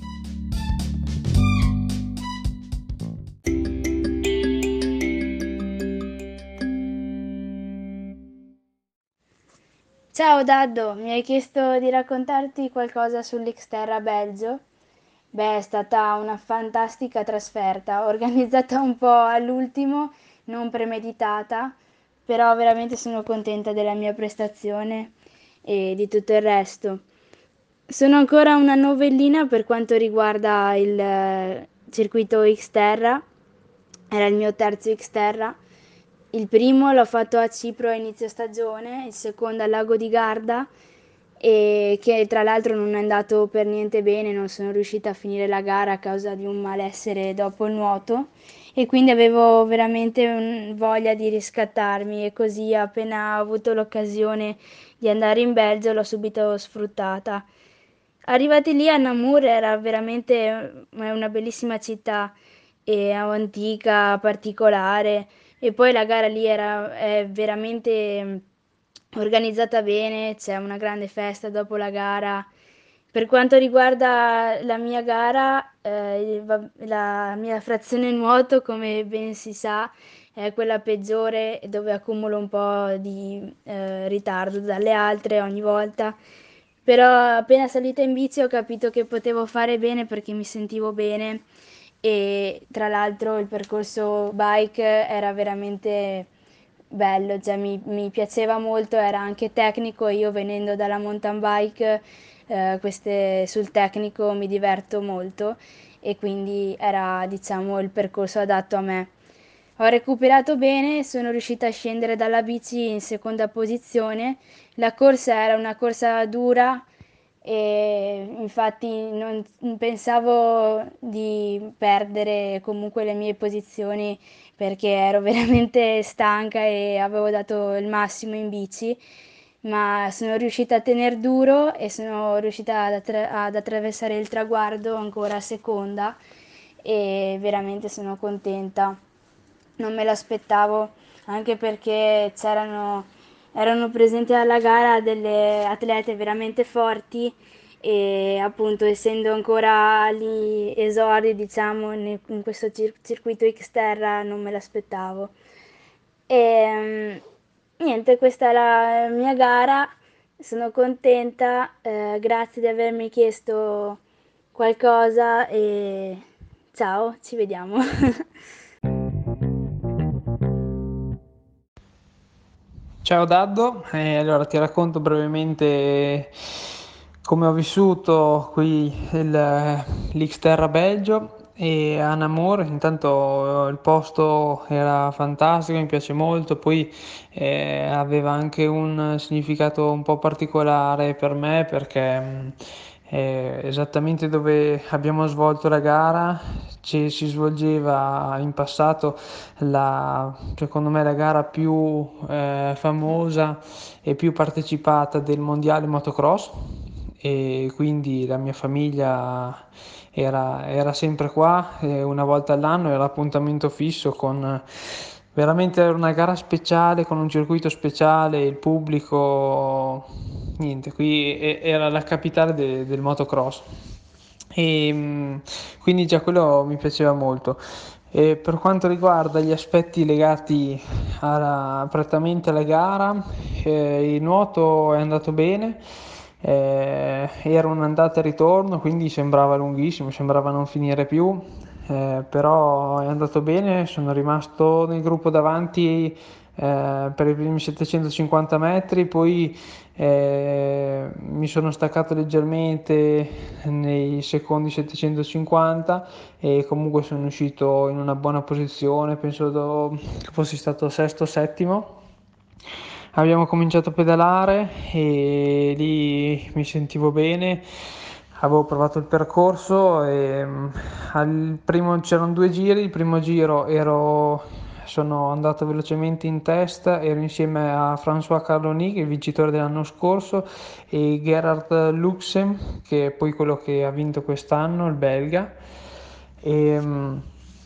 Ciao Daddo, mi hai chiesto di raccontarti qualcosa sull'Xterra Belgio? Beh, è stata una fantastica trasferta, organizzata un po' all'ultimo, non premeditata, però veramente sono contenta della mia prestazione e di tutto il resto. Sono ancora una novellina per quanto riguarda il eh, circuito Xterra, era il mio terzo Xterra. Il primo l'ho fatto a Cipro a inizio stagione, il secondo al Lago di Garda, e che tra l'altro non è andato per niente bene, non sono riuscita a finire la gara a causa di un malessere dopo il nuoto e quindi avevo veramente un- voglia di riscattarmi e così appena ho avuto l'occasione di andare in Belgio l'ho subito sfruttata. Arrivati lì a Namur era veramente eh, una bellissima città, e antica, particolare, e poi la gara lì era, è veramente mm, organizzata bene, c'è una grande festa dopo la gara. Per quanto riguarda la mia gara, eh, va- la mia frazione nuoto, come ben si sa, è quella peggiore dove accumulo un po' di eh, ritardo dalle altre ogni volta. Però appena salita in bici ho capito che potevo fare bene perché mi sentivo bene e tra l'altro il percorso bike era veramente bello, cioè mi, mi piaceva molto, era anche tecnico e io venendo dalla mountain bike eh, queste, sul tecnico mi diverto molto e quindi era diciamo il percorso adatto a me. Ho recuperato bene, sono riuscita a scendere dalla bici in seconda posizione. La corsa era una corsa dura e infatti non pensavo di perdere comunque le mie posizioni perché ero veramente stanca e avevo dato il massimo in bici, ma sono riuscita a tener duro e sono riuscita ad, attra- ad attraversare il traguardo ancora seconda e veramente sono contenta. Non me l'aspettavo, anche perché c'erano, erano presenti alla gara delle atlete veramente forti e appunto essendo ancora lì esordi, diciamo, ne- in questo cir- circuito Xterra non me l'aspettavo. E mm, niente, questa è la mia gara, sono contenta, eh, grazie di avermi chiesto qualcosa e ciao, ci vediamo. Ciao Daddo, eh, allora ti racconto brevemente come ho vissuto qui il- l'Xterra Belgio e a Namur. Intanto eh, il posto era fantastico, mi piace molto, poi eh, aveva anche un significato un po' particolare per me perché mh, eh, esattamente dove abbiamo svolto la gara ci si svolgeva in passato la, secondo me la gara più eh, famosa e più partecipata del mondiale motocross e quindi la mia famiglia era, era sempre qua, e una volta all'anno era l'appuntamento fisso con veramente una gara speciale, con un circuito speciale, il pubblico, niente, qui e- era la capitale de- del motocross. E, mh, quindi già quello mi piaceva molto. E per quanto riguarda gli aspetti legati alla, prettamente alla gara, eh, il nuoto è andato bene, eh, era un'andata e ritorno, quindi sembrava lunghissimo, sembrava non finire più, eh, però è andato bene, sono rimasto nel gruppo davanti eh, per i primi settecentocinquanta metri, poi eh, mi sono staccato leggermente nei secondi settecentocinquanta e comunque sono uscito in una buona posizione, penso do- che fossi stato sesto o settimo. Abbiamo cominciato a pedalare e lì mi sentivo bene, avevo provato il percorso e mm, al primo c'erano due giri, il primo giro ero, sono andato velocemente in testa, ero insieme a François Carloni, che è il vincitore dell'anno scorso, e Gerhard Luxem, che è poi quello che ha vinto quest'anno, il belga. E, mm,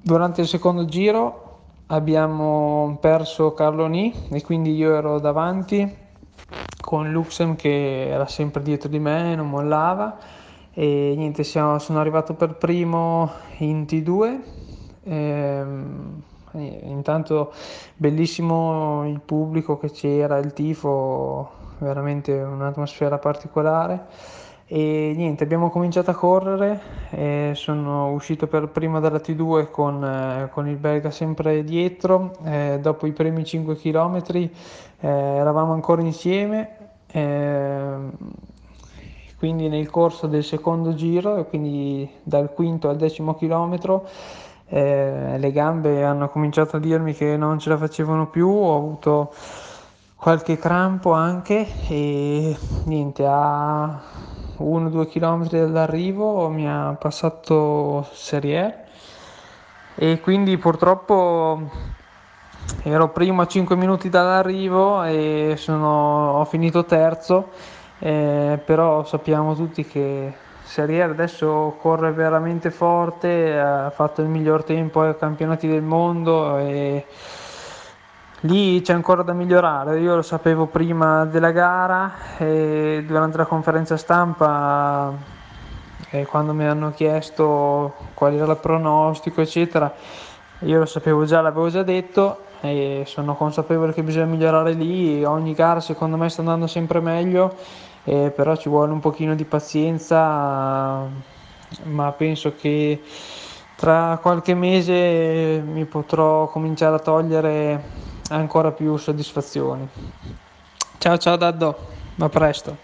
durante il secondo giro abbiamo perso Carloni e quindi io ero davanti con Luxem che era sempre dietro di me, non mollava, e niente, siamo, sono arrivato per primo in T due. Ehm, intanto bellissimo il pubblico che c'era, il tifo, veramente un'atmosfera particolare. E niente, abbiamo cominciato a correre e sono uscito per primo dalla T due con, eh, con il belga sempre dietro. Eh, dopo i primi cinque chilometri eh, eravamo ancora insieme, eh, quindi nel corso del secondo giro, e quindi dal quinto al decimo chilometro, eh, le gambe hanno cominciato a dirmi che non ce la facevano più, ho avuto qualche crampo anche e niente, a uno due chilometri dall'arrivo mi ha passato Serrier e quindi purtroppo ero primo a cinque minuti dall'arrivo e sono, ho finito terzo, eh, però sappiamo tutti che Serrier adesso corre veramente forte, ha fatto il miglior tempo ai campionati del mondo e lì c'è ancora da migliorare. Io lo sapevo prima della gara e durante la conferenza stampa, eh, quando mi hanno chiesto qual era il pronostico eccetera, io lo sapevo già, l'avevo già detto e sono consapevole che bisogna migliorare lì. Ogni gara secondo me sta andando sempre meglio, eh, però ci vuole un pochino di pazienza, ma penso che tra qualche mese mi potrò cominciare a togliere ancora più soddisfazioni. Ciao ciao Daddo, a presto.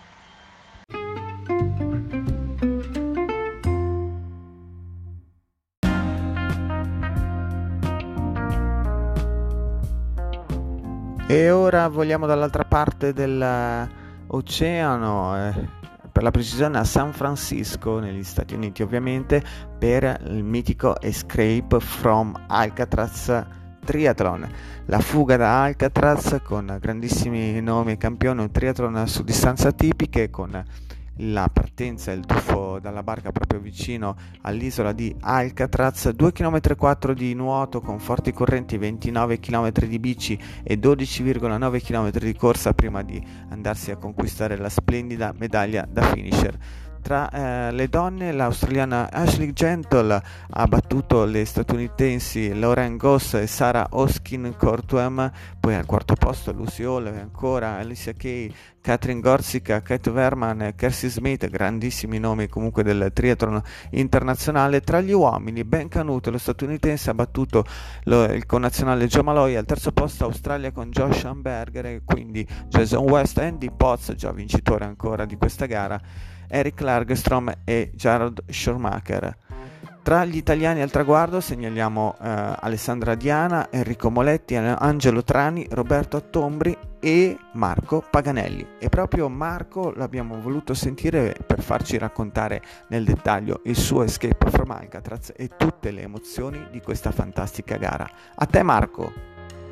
E ora vogliamo dall'altra parte dell'oceano, eh, per la precisione a San Francisco, negli Stati Uniti ovviamente, per il mitico Escape from Alcatraz Triathlon, la fuga da Alcatraz con grandissimi nomi e campioni, un triathlon su distanze tipiche con la partenza e il tuffo dalla barca proprio vicino all'isola di Alcatraz, due virgola quattro chilometri di nuoto con forti correnti, ventinove chilometri di bici e dodici virgola nove chilometri di corsa prima di andarsi a conquistare la splendida medaglia da finisher. Tra eh, le donne l'australiana Ashley Gentle ha battuto le statunitensi Lauren Goss e Sarah Hoskin-Courtwem, poi al quarto posto Lucy Hall e ancora Alicia Kay, Katrin Gorsica, Kate Verman e Kelsey Smith, grandissimi nomi comunque del triathlon internazionale. Tra gli uomini Ben Canute, lo statunitense, ha battuto lo, il connazionale Joe Malloy, al terzo posto Australia con Josh Amberger e quindi Jason West, Andy Potts, già vincitore ancora di questa gara, Eric Lagerstrom e Jared Schumacher. Tra gli italiani al traguardo segnaliamo eh, Alessandra Diana, Enrico Moletti, Angelo Trani, Roberto Attombri e Marco Paganelli. E proprio Marco l'abbiamo voluto sentire per farci raccontare nel dettaglio il suo Escape from Alcatraz e tutte le emozioni di questa fantastica gara. A te Marco!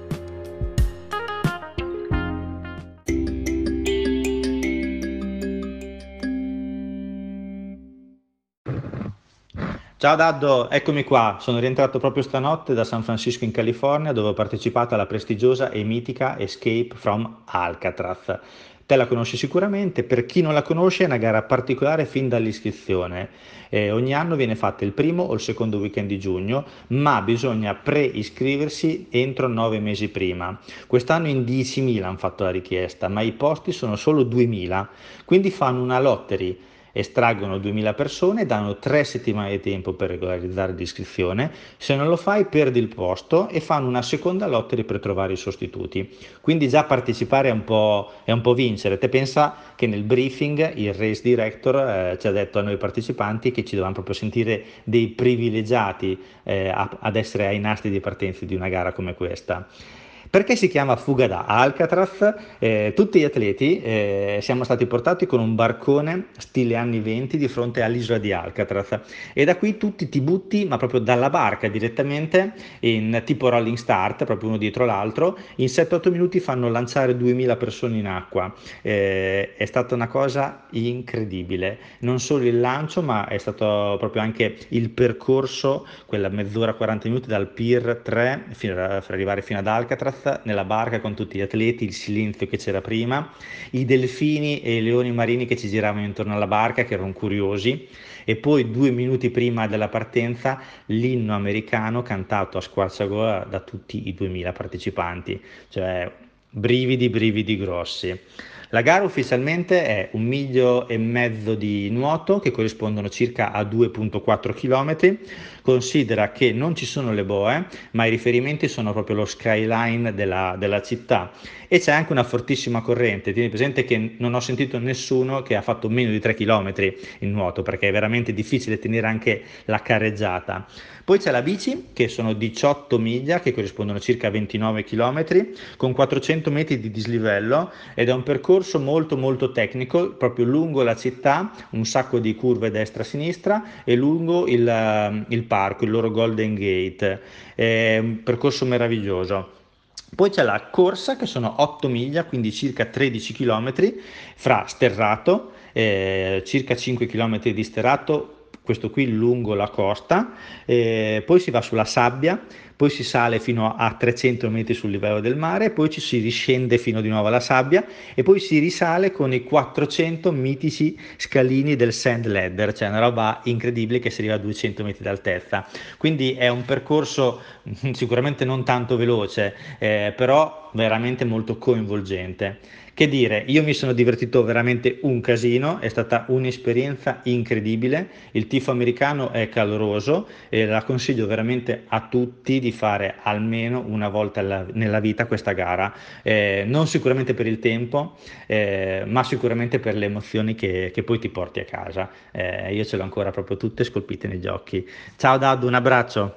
Ciao Daddo, eccomi qua, sono rientrato proprio stanotte da San Francisco in California dove ho partecipato alla prestigiosa e mitica Escape from Alcatraz. Te la conosci sicuramente, per chi non la conosce è una gara particolare fin dall'iscrizione. Eh, ogni anno viene fatta il primo o il secondo weekend di giugno, ma bisogna pre-iscriversi entro nove mesi prima. Quest'anno in diecimila hanno fatto la richiesta, ma i posti sono solo duemila, quindi fanno una lottery. Estraggono duemila persone, danno tre settimane di tempo per regolarizzare l'iscrizione, se non lo fai perdi il posto e fanno una seconda lottery per trovare i sostituti. Quindi già partecipare è un po', è un po' vincere. Te pensa che nel briefing il race director eh, ci ha detto a noi partecipanti che ci dovevamo proprio sentire dei privilegiati eh, a, ad essere ai nastri di partenza di una gara come questa. Perché si chiama fuga da Alcatraz? Eh, tutti gli atleti eh, siamo stati portati con un barcone stile anni venti di fronte all'isola di Alcatraz e da qui tutti ti butti, ma proprio dalla barca direttamente, in tipo rolling start, proprio uno dietro l'altro. In sette otto minuti fanno lanciare duemila persone in acqua. Eh, è stata una cosa incredibile, non solo il lancio, ma è stato proprio anche il percorso, quella mezz'ora, quaranta minuti dal Pier tre fino a, per arrivare fino ad Alcatraz, nella barca con tutti gli atleti, il silenzio che c'era prima, i delfini e i leoni marini che ci giravano intorno alla barca, che erano curiosi, e poi due minuti prima della partenza l'inno americano cantato a squarciagola da tutti i duemila partecipanti, cioè brividi, brividi grossi. La gara ufficialmente è un miglio e mezzo di nuoto, che corrispondono circa a due virgola quattro chilometri. Considera che non ci sono le boe, ma i riferimenti sono proprio lo skyline della, della città, e c'è anche una fortissima corrente. Tieni presente che non ho sentito nessuno che ha fatto meno di tre chilometri in nuoto, perché è veramente difficile tenere anche la carreggiata. Poi c'è la bici, che sono diciotto miglia, che corrispondono a circa ventinove chilometri, con quattrocento metri di dislivello, ed è un percorso molto molto tecnico, proprio lungo la città, un sacco di curve destra-sinistra, e lungo il, il parco, il loro Golden Gate. È un percorso meraviglioso. Poi c'è la corsa, che sono otto miglia, quindi circa tredici chilometri, fra sterrato, eh, circa cinque chilometri di sterrato, questo qui lungo la costa, eh, poi si va sulla sabbia, poi si sale fino a trecento metri sul livello del mare, poi ci si riscende fino di nuovo alla sabbia e poi si risale con i quattrocento mitici scalini del Sand Ladder, cioè una roba incredibile che si arriva a duecento metri d'altezza. Quindi è un percorso sicuramente non tanto veloce, eh, però veramente molto coinvolgente. Che dire, io mi sono divertito veramente un casino, è stata un'esperienza incredibile, il tifo americano è caloroso e la consiglio veramente a tutti di fare almeno una volta nella vita questa gara, eh, non sicuramente per il tempo, eh, ma sicuramente per le emozioni che, che poi ti porti a casa. Eh, io ce l'ho ancora proprio tutte scolpite negli occhi. Ciao Dad, un abbraccio!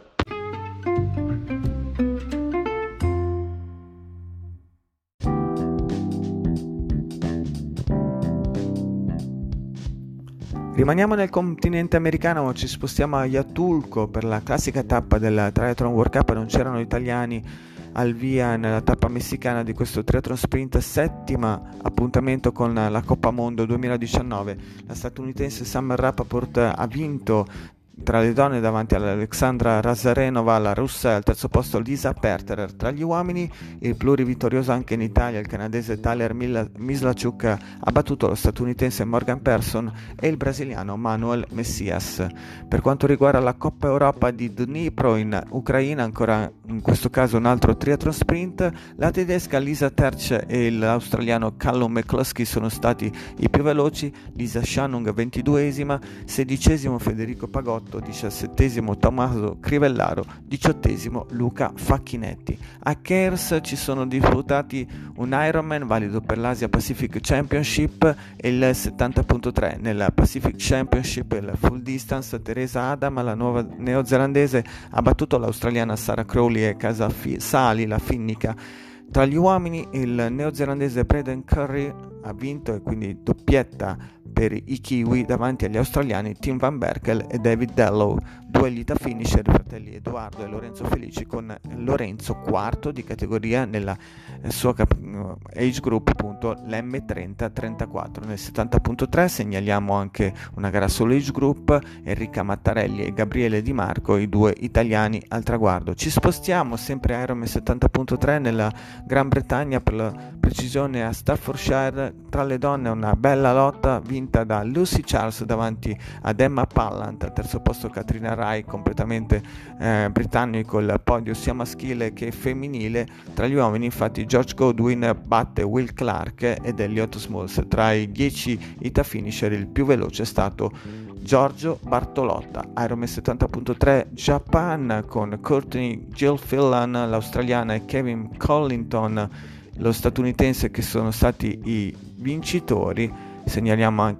Rimaniamo nel continente americano, ma ci spostiamo a Yatulco per la classica tappa del Triathlon World Cup. Non c'erano italiani al via nella tappa messicana di questo triathlon sprint, settima appuntamento con la Coppa Mondo duemiladiciannove. La statunitense Summer Rappaport ha vinto tra le donne davanti all'Alexandra Razarenova, la russa, e al terzo posto Lisa Perterer. Tra gli uomini il plurivittorioso anche in Italia, il canadese Tyler Mislachuk ha battuto lo statunitense Morgan Persson e il brasiliano Manuel Messias. Per quanto riguarda la Coppa Europa di Dnipro in Ucraina, ancora in questo caso un altro triathlon sprint, la tedesca Lisa Terch e l'australiano Callum McCluskey sono stati i più veloci. Lisa Shanung ventiduesima, sedicesimo Federico Pagotto, diciassettesimo Tommaso Crivellaro, diciottesimo Luca Facchinetti. A Kers ci sono disputati un Ironman valido per l'Asia Pacific Championship e il settanta punto tre. Nella Pacific Championship, il full distance, Teresa Adam, la nuova neozelandese, ha battuto l'australiana Sarah Crowley e Casa Fi- Sali, la finnica. Tra gli uomini il neozelandese Braden Curry ha vinto, e quindi doppietta per i Kiwi davanti agli australiani Tim Van Berkel e David Dellow. Due elite finisher, i fratelli Edoardo e Lorenzo Felici, con Lorenzo quarto di categoria nella sua cap- age group, appunto l'M trenta trentaquattro. Nel settanta punto tre segnaliamo anche una gara solo age group, Enrica Mattarelli e Gabriele Di Marco, i due italiani al traguardo. Ci spostiamo sempre a Ironman settanta punto tre nella Gran Bretagna, per la precisione a Staffordshire. Tra le donne una bella lotta vinta da Lucy Charles davanti ad Emma Pallant, al terzo posto Katrina Rai, completamente eh, britannico il podio sia maschile che femminile. Tra gli uomini infatti George Godwin batte Will Clark ed Elliot Smalls. Tra i dieci ita finisher il più veloce è stato Giorgio Bartolotta. Ironman settanta punto tre Japan, con Courtney Gilfillan, l'australiana, e Kevin Collington, lo statunitense, che sono stati i vincitori. Segnaliamo anche i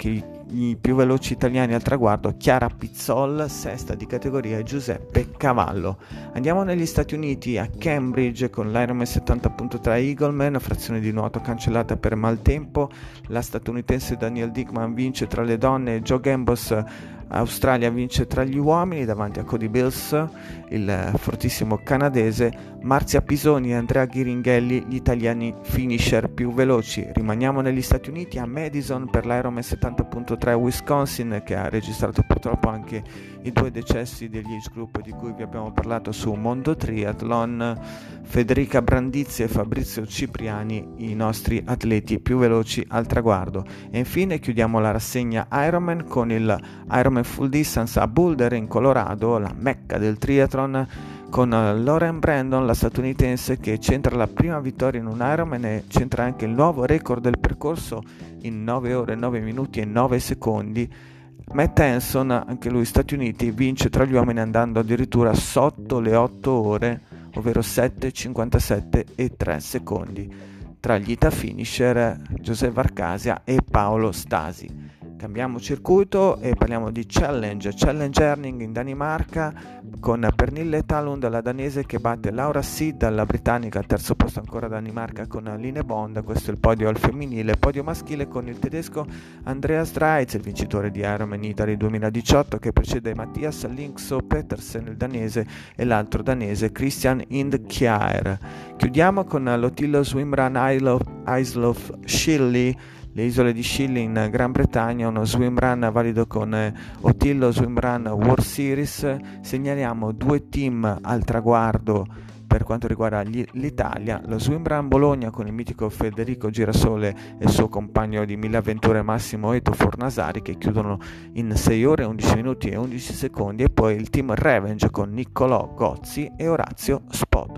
i più veloci italiani al traguardo, Chiara Pizzol, sesta di categoria, e Giuseppe Cavallo. Andiamo negli Stati Uniti, a Cambridge, con l'Ironman settanta punto tre Eagleman, frazione di nuoto cancellata per maltempo. La statunitense Danielle Dickman vince tra le donne, Joe Gambos Australia vince tra gli uomini davanti a Cody Bills, il fortissimo canadese. Marzia Pisoni e Andrea Ghiringhelli, gli italiani finisher più veloci. Rimaniamo negli Stati Uniti, a Madison, per l'Ironman settanta punto tre Wisconsin, che ha registrato purtroppo anche i due decessi degli age group di cui vi abbiamo parlato su Mondo Triathlon. Federica Brandizzi e Fabrizio Cipriani, i nostri atleti più veloci al traguardo. E infine chiudiamo la rassegna Ironman con il Ironman Full Distance a Boulder in Colorado, la mecca del triathlon, con Lauren Brandon, la statunitense, che centra la prima vittoria in un Ironman e centra anche il nuovo record del percorso in nove ore, nove minuti e nove secondi. Matt Hanson, anche lui Stati Uniti, vince tra gli uomini andando addirittura sotto le otto ore, ovvero sette, cinquantasette e tre secondi. Tra gli ita finisher Giuseppe Varcasia e Paolo Stasi. Cambiamo circuito e parliamo di Challenge, Challenge Herning in Danimarca, con Pernille Talund, la danese, che batte Laura Sid, la britannica, al terzo posto ancora Danimarca con Line Bond. Questo è il podio al femminile. Podio maschile con il tedesco Andreas Dreitz, il vincitore di Ironman Italy duemiladiciotto, che precede Mattias Linkso Petersen, il danese, e l'altro danese Christian Indkjær. Chiudiamo con l'Otillo Swimrun Isle of Scilly, le isole di Scilly in Gran Bretagna, uno swimrun valido con eh, Otillo Swimrun World Series. Segnaliamo due team al traguardo per quanto riguarda gli, l'Italia: lo Swimrun Bologna con il mitico Federico Girasole e il suo compagno di mille avventure Massimo Eto Fornasari, che chiudono in sei ore, undici minuti e undici secondi, e poi il team Revenge con Niccolò Gozzi e Orazio Spoto.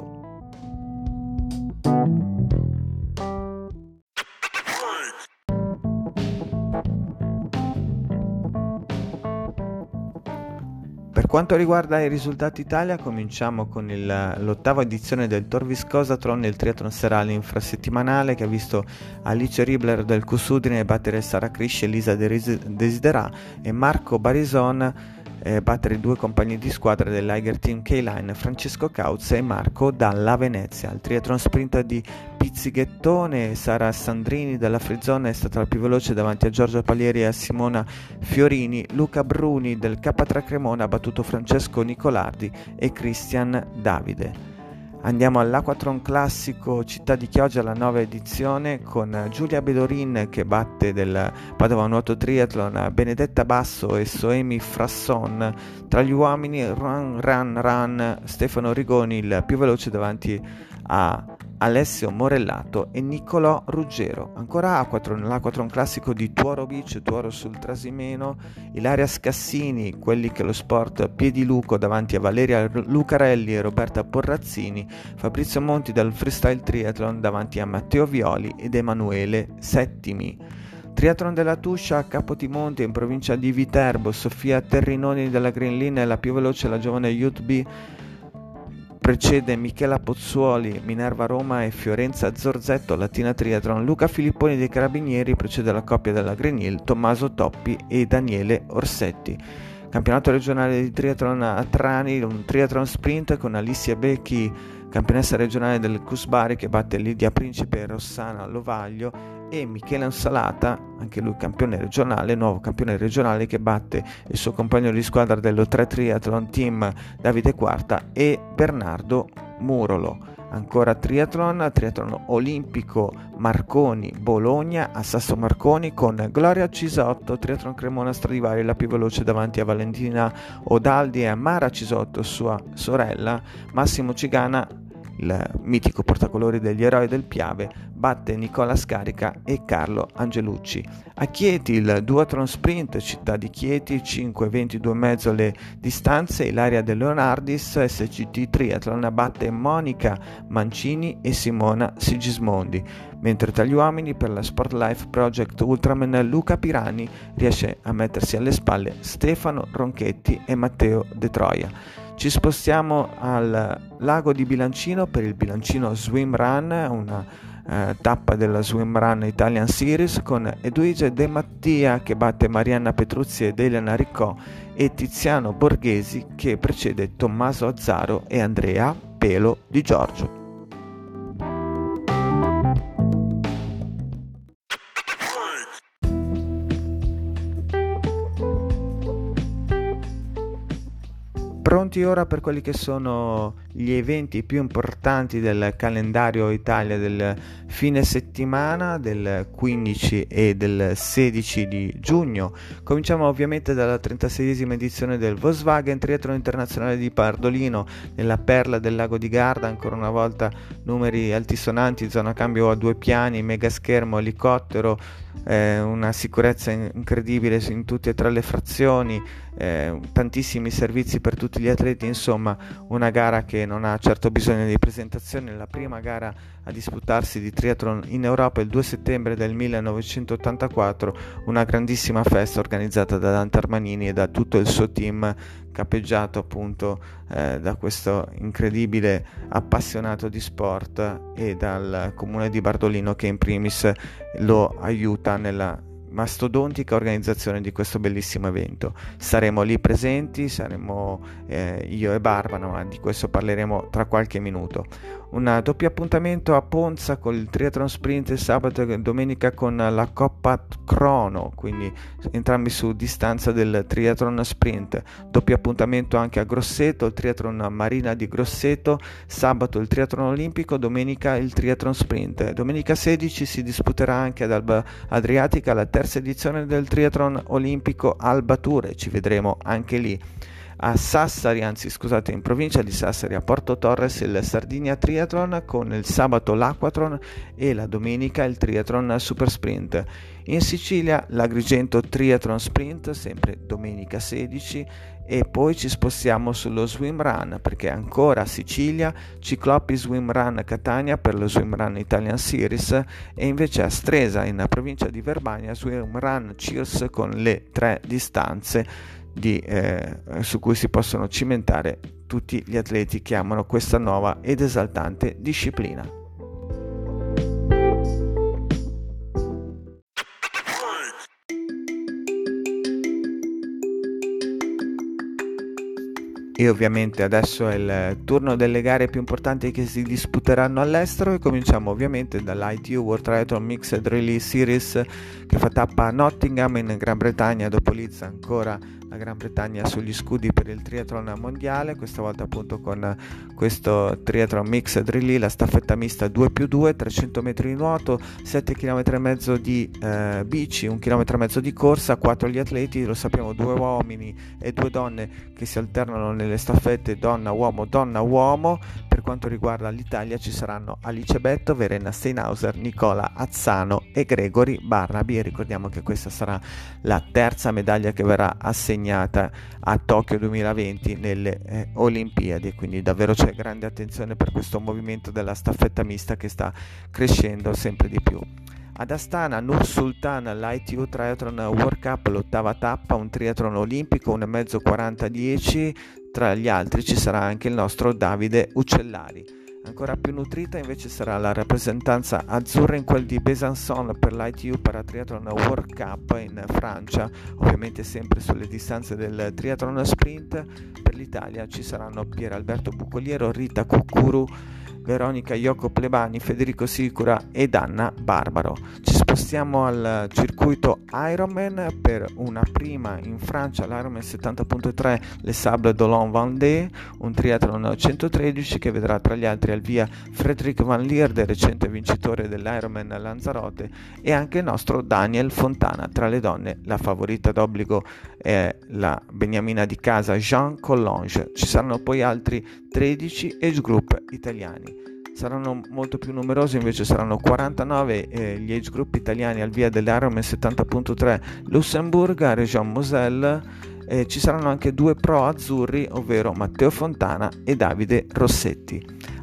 Per quanto riguarda i risultati Italia, cominciamo con il, l'ottava edizione del Tor Viscosathlon, il triathlon serale infrasettimanale, che ha visto Alice Ribler del Cusudine battere Sara Crisci, Elisa Desiderà e Marco Barison eh, battere i due compagni di squadra dell'Iger Team K-Line, Francesco Cauz e Marco Dalla Venezia. Il triathlon sprint di Pizzighettone, Sara Sandrini della Frizzone è stata la più veloce davanti a Giorgia Palieri e a Simona Fiorini. Luca Bruni del K tre Cremona ha battuto Francesco Nicolardi e Christian Davide. Andiamo all'Aquatron Classico Città di Chioggia, la nuova edizione, con Giulia Bedorin che batte del Padova Nuoto Triathlon Benedetta Basso e Soemi Frasson. Tra gli uomini Run Run Run Stefano Rigoni, il più veloce davanti a Alessio Morellato e Niccolò Ruggero. Ancora Aquatron, l'Aquatron Classico di Tuoro Beach, Tuoro sul Trasimeno, Ilaria Scassini, quelli che lo sport Piediluco, davanti a Valeria Lucarelli e Roberta Porrazzini, Fabrizio Monti del Freestyle Triathlon davanti a Matteo Violi ed Emanuele Settimi. Triathlon della Tuscia a Capodimonte in provincia di Viterbo, Sofia Terrinoni della Green Line è la più veloce, la giovane Youth B precede Michela Pozzuoli, Minerva Roma e Fiorenza Zorzetto, Latina Triathlon. Luca Filipponi dei Carabinieri precede la coppia della Green Hill, Tommaso Toppi e Daniele Orsetti. Campionato regionale di triathlon a Trani, un triathlon sprint con Alicia Becchi, campionessa regionale del Cusbari, che batte Lidia Principe e Rossana Lovaglio, e Michele Insalata, anche lui campione regionale, nuovo campione regionale, che batte il suo compagno di squadra dello tre Triathlon Team Davide Quarta e Bernardo Murolo. Ancora triathlon, triathlon olimpico Marconi Bologna a Sasso Marconi con Gloria Cisotto, triathlon Cremona Stradivari, la più veloce davanti a Valentina Odaldi e a Mara Cisotto, sua sorella. Massimo Cigana, il mitico portacolori degli eroi del Piave, batte Nicola Scarica e Carlo Angelucci. A Chieti il duathlon sprint Città di Chieti, cinque ventidue e mezzo le distanze, Ilaria De Leonardis S C T Triathlon batte Monica Mancini e Simona Sigismondi, mentre tra gli uomini per la Sport Life Project Ultraman Luca Pirani riesce a mettersi alle spalle Stefano Ronchetti e Matteo De Troia. Ci spostiamo al lago di Bilancino per il Bilancino Swim Run, una eh, tappa della Swimrun Italian Series, con Edwige De Mattia che batte Marianna Petruzzi ed Elena Riccò e Tiziano Borghesi che precede Tommaso Azzaro e Andrea Pelo Di Giorgio. Pronti ora per quelli che sono gli eventi più importanti del calendario Italia del fine settimana del quindici e del sedici di giugno. Cominciamo ovviamente dalla trentaseiesima edizione del Volkswagen Triathlon Internazionale di Pardolino nella perla del lago di Garda, ancora una volta numeri altisonanti, zona cambio a due piani, mega schermo, elicottero, eh, una sicurezza incredibile in tutte e tre le frazioni, eh, tantissimi servizi per tutti gli atleti, insomma una gara che non ha certo bisogno di presentazione. La prima gara a disputarsi di triathlon in Europa il due settembre del millenovecentottantaquattro, una grandissima festa organizzata da Dante Armanini e da tutto il suo team, capeggiato appunto eh, da questo incredibile appassionato di sport e dal comune di Bardolino che in primis lo aiuta nella mastodontica organizzazione di questo bellissimo evento. Saremo lì presenti, saremo eh, io e Barbara, ma di questo parleremo tra qualche minuto. Un doppio appuntamento a Ponza con il triathlon sprint sabato e domenica con la Coppa Crono, quindi entrambi su distanza del triathlon sprint. Doppio appuntamento anche a Grosseto, il triathlon Marina di Grosseto, sabato il triathlon olimpico, domenica il triathlon sprint. Domenica sedici si disputerà anche ad Alba Adriatica la terza edizione del triathlon olimpico Alba Tour, ci vedremo anche lì. A Sassari, anzi scusate, in provincia di Sassari a Porto Torres il Sardinia Triathlon con il sabato l'Aquatron e la domenica il Triathlon Super Sprint. In Sicilia l'Agrigento Triathlon Sprint, sempre domenica sedici, e poi ci spostiamo sullo Swimrun perché ancora a Sicilia Ciclopi Swimrun Catania per lo Swimrun Italian Series e invece a Stresa in provincia di Verbania Swimrun Cheers con le tre distanze Di, eh, su cui si possono cimentare tutti gli atleti che amano questa nuova ed esaltante disciplina. E ovviamente adesso è il turno delle gare più importanti che si disputeranno all'estero e cominciamo ovviamente dall'I T U World Triathlon Mixed Relay Series che fa tappa a Nottingham in Gran Bretagna, dopo Leeds ancora la Gran Bretagna sugli scudi per il triathlon mondiale, questa volta appunto con questo triathlon mixed relay, la staffetta mista due più due, trecento metri di nuoto, sette chilometri e mezzo di eh, bici, un chilometro e mezzo di corsa, quattro gli atleti, lo sappiamo, due uomini e due donne che si alternano nelle staffette donna uomo donna uomo. Per quanto riguarda l'Italia ci saranno Alice Betto, Verena Steinhauser, Nicola Azzano e Gregory Barnaby, e ricordiamo che questa sarà la terza medaglia che verrà assegnata a Tokyo duemilaventi nelle eh, Olimpiadi, quindi davvero c'è grande attenzione per questo movimento della staffetta mista che sta crescendo sempre di più. Ad Astana, Nur Sultan, l'I T U Triathlon World Cup, l'ottava tappa, un triathlon olimpico, un e mezzo quaranta dieci, tra gli altri ci sarà anche il nostro Davide Uccellari. Ancora più nutrita invece sarà la rappresentanza azzurra in quel di Besançon per l'I T U Paratriathlon World Cup in Francia, ovviamente sempre sulle distanze del triathlon sprint. Per l'Italia ci saranno Pier Alberto Bucoliero, Rita Cuccuru, Veronica Iocco Plebani, Federico Sicura ed Anna Barbaro. Ci spostiamo al circuito Ironman per una prima in Francia, l'Ironman settanta punto tre Les Sables d'Olonne Vendée, un triathlon centotredici che vedrà tra gli altri al via Frédéric Van Lierde, recente vincitore dell'Ironman Lanzarote, e anche il nostro Daniel Fontana. Tra le donne la favorita d'obbligo è la beniamina di casa Jean Collonge. Ci saranno poi altri tredici age group italiani. Saranno molto più numerosi, invece saranno quarantanove eh, gli age group italiani al via dell'Ironman settanta punto tre Lussemburg a Région Moselle. Eh, ci saranno anche due pro azzurri, ovvero Matteo Fontana e Davide Rossetti.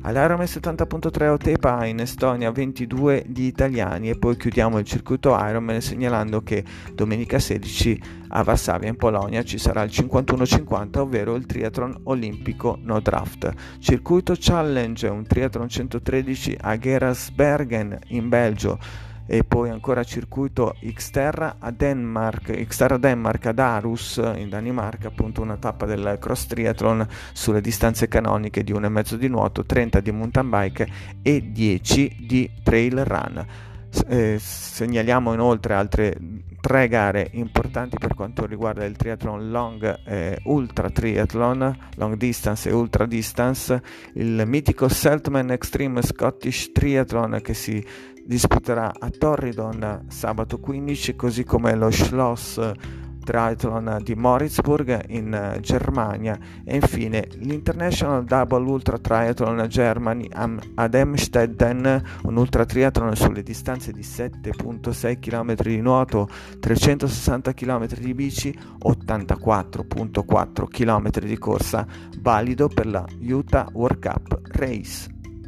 All'Ironman settanta punto tre Otepa in Estonia ventidue gli italiani, e poi chiudiamo il circuito Ironman segnalando che domenica sedici a Varsavia in Polonia ci sarà il cinquantuno cinquanta, ovvero il triathlon olimpico no draft. Circuito Challenge, un triathlon centotredici a Gerasbergen in Belgio, e poi ancora circuito Xterra a Denmark, Xterra Denmark ad Aarhus in Danimarca, appunto una tappa del cross triathlon sulle distanze canoniche di uno e mezzo di nuoto, trenta di mountain bike e dieci di trail run. Eh, segnaliamo inoltre altre tre gare importanti per quanto riguarda il triathlon long e ultra triathlon, long distance e ultra distance: il mitico Seltman Extreme Scottish Triathlon che si disputerà a Torridon sabato quindici, così come lo Schloss Triathlon di Moritzburg in Germania, e infine l'International Double Ultra Triathlon Germany ad Emstetten, un ultra triathlon sulle distanze di sette virgola sei chilometri di nuoto, trecentosessanta chilometri di bici, ottantaquattro virgola quattro chilometri di corsa, valido per la Utah World Cup Race.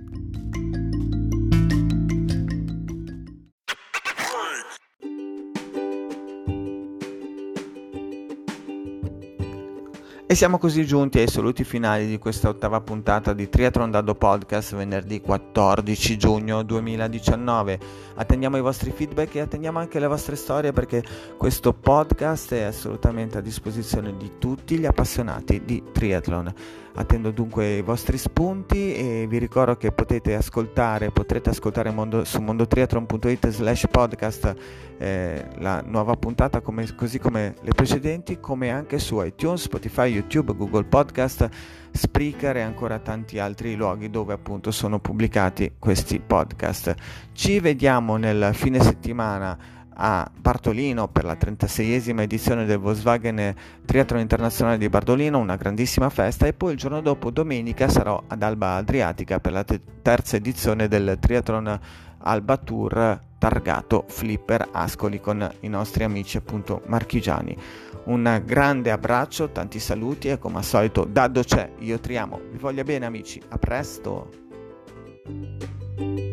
E siamo così giunti ai saluti finali di questa ottava puntata di Triathlon Daddo Podcast, venerdì quattordici giugno duemiladiciannove. Attendiamo i vostri feedback e attendiamo anche le vostre storie, perché questo podcast è assolutamente a disposizione di tutti gli appassionati di triathlon. Attendo dunque i vostri spunti e vi ricordo che potete ascoltare, potrete ascoltare mondo, su mondotriathlon punto it slash podcast eh, la nuova puntata, come, così come le precedenti, come anche su iTunes, Spotify, YouTube, Google Podcast, Spreaker e ancora tanti altri luoghi dove appunto sono pubblicati questi podcast. Ci vediamo nel fine settimana a Bartolino per la trentaseiesima edizione del Volkswagen Triathlon Internazionale di Bardolino, una grandissima festa, e poi il giorno dopo, domenica, sarò ad Alba Adriatica per la te- terza edizione del Triathlon Alba Tour targato Flipper Ascoli con i nostri amici appunto marchigiani. Un grande abbraccio, tanti saluti e come al solito Daddo c'è, io triamo, vi voglio bene amici, a presto!